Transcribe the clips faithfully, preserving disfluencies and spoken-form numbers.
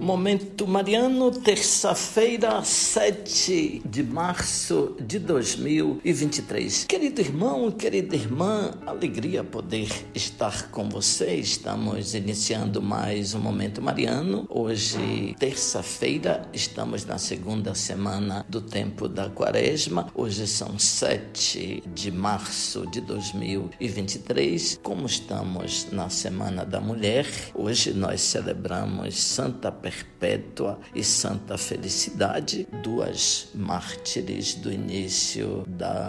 Momento Mariano, terça-feira, sete de março de dois mil e vinte e três. Querido irmão, querida irmã, alegria poder estar com você. Estamos iniciando mais um Momento Mariano. Hoje, terça-feira, estamos na segunda semana do tempo da Quaresma. Hoje são sete de março de dois mil e vinte e três. Como estamos na Semana da Mulher, hoje nós celebramos Santa Perpétua e Santa Felicidade, duas mártires do início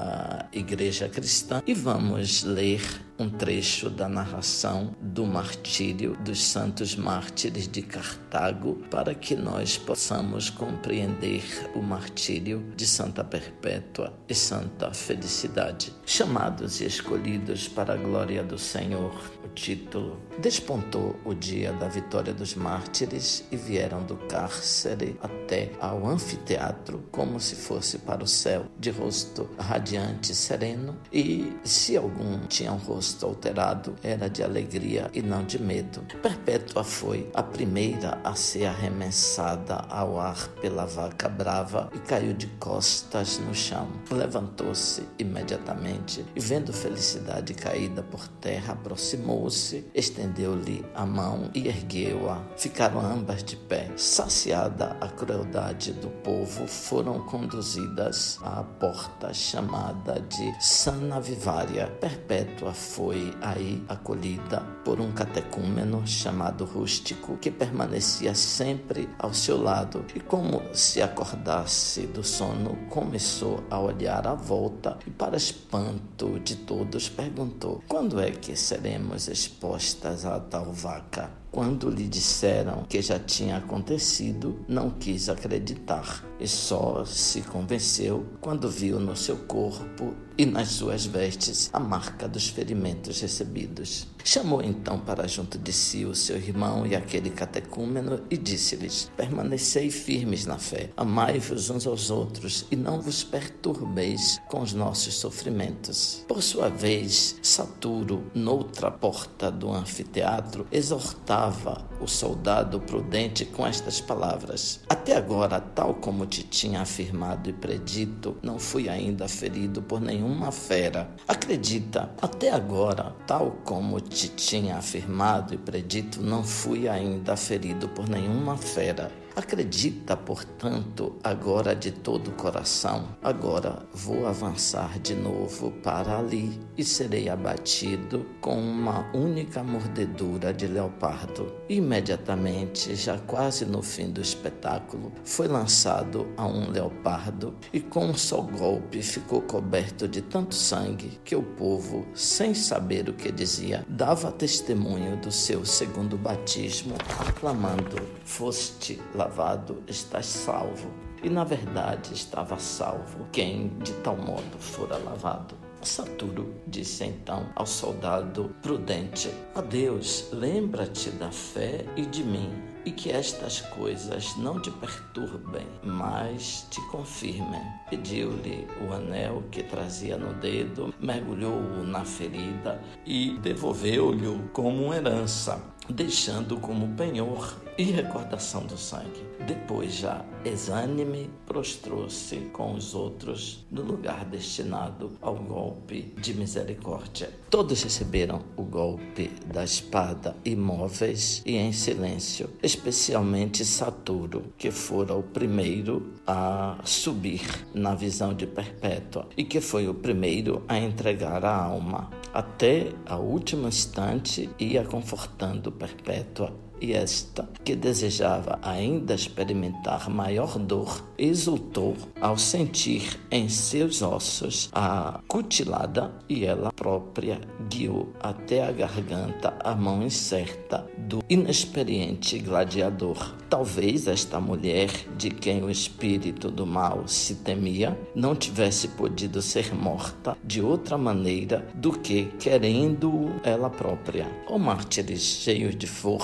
da Igreja Cristã, e vamos ler um trecho da narração do martírio dos santos mártires de Cartago para que nós possamos compreender o martírio de Santa Perpétua e Santa Felicidade. Chamados e escolhidos para a glória do Senhor, o título: despontou o dia da vitória dos mártires e vieram do cárcere até ao anfiteatro como se fosse para o céu, de rosto radiante e sereno, e se algum tinha um rosto alterado, era de alegria e não de medo. Perpétua foi a primeira a ser arremessada ao ar pela vaca brava e caiu de costas no chão. Levantou-se imediatamente e, vendo Felicidade caída por terra, aproximou-se, estendeu-lhe a mão e ergueu-a. Ficaram ambas de pé. Saciada a crueldade do povo, foram conduzidas à porta chamada de Sana Vivária. Perpétua foi aí acolhida por um catecúmeno chamado Rústico, que permanecia sempre ao seu lado, e como se acordasse do sono, começou a olhar à volta e, para espanto de todos, perguntou: quando é que seremos expostas a tal vaca? Quando lhe disseram que já tinha acontecido, não quis acreditar e só se convenceu quando viu no seu corpo e nas suas vestes a marca dos ferimentos recebidos. Chamou então para junto de si o seu irmão e aquele catecúmeno e disse-lhes: permanecei firmes na fé, amai-vos uns aos outros e não vos perturbeis com os nossos sofrimentos. Por sua vez, Saturo, noutra porta do anfiteatro, exortava o soldado prudente com estas palavras: até agora, tal como te tinha afirmado e predito, não fui ainda ferido por nenhuma fera. Acredita, até agora, tal como te tinha afirmado e predito, não fui ainda ferido por nenhuma fera. Acredita, portanto, agora de todo o coração. Agora vou avançar de novo para ali e serei abatido com uma única mordedura de leopardo. Imediatamente, já quase no fim do espetáculo, foi lançado a um leopardo e com um só golpe ficou coberto de tanto sangue que o povo, sem saber o que dizia, dava testemunho do seu segundo batismo, aclamando: foste lavado, estás salvo. E na verdade estava salvo quem de tal modo fora lavado. Saturo disse então ao soldado prudente: adeus, lembra-te da fé e de mim, e que estas coisas não te perturbem, mas te confirmem. Pediu-lhe o anel que trazia no dedo, mergulhou-o na ferida e devolveu-lhe como uma herança, deixando como penhor e recordação do sangue. Depois, já exânime, prostrou-se com os outros no lugar destinado ao golpe de misericórdia. Todos receberam o golpe da espada, imóveis e em silêncio, especialmente Saturo, que fora o primeiro a subir na visão de Perpétua e que foi o primeiro a entregar a alma. Até o último instante ia confortando Perpétua, e esta, que desejava ainda experimentar maior dor, exultou ao sentir em seus ossos a cutilada, e ela própria guiou até a garganta a mão incerta do inexperiente gladiador. Talvez esta mulher, de quem o espírito do mal se temia, não tivesse podido ser morta de outra maneira do que querendo ela própria. Ó mártires cheios de força e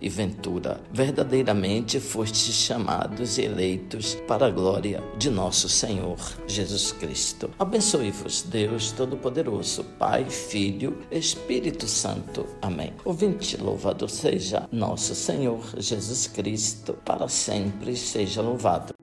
e ventura. Verdadeiramente fostes chamados e eleitos para a glória de nosso Senhor Jesus Cristo. Abençoe-vos, Deus Todo-Poderoso, Pai, Filho, Espírito Santo. Amém. Ouvinte, louvado seja nosso Senhor Jesus Cristo, para sempre seja louvado.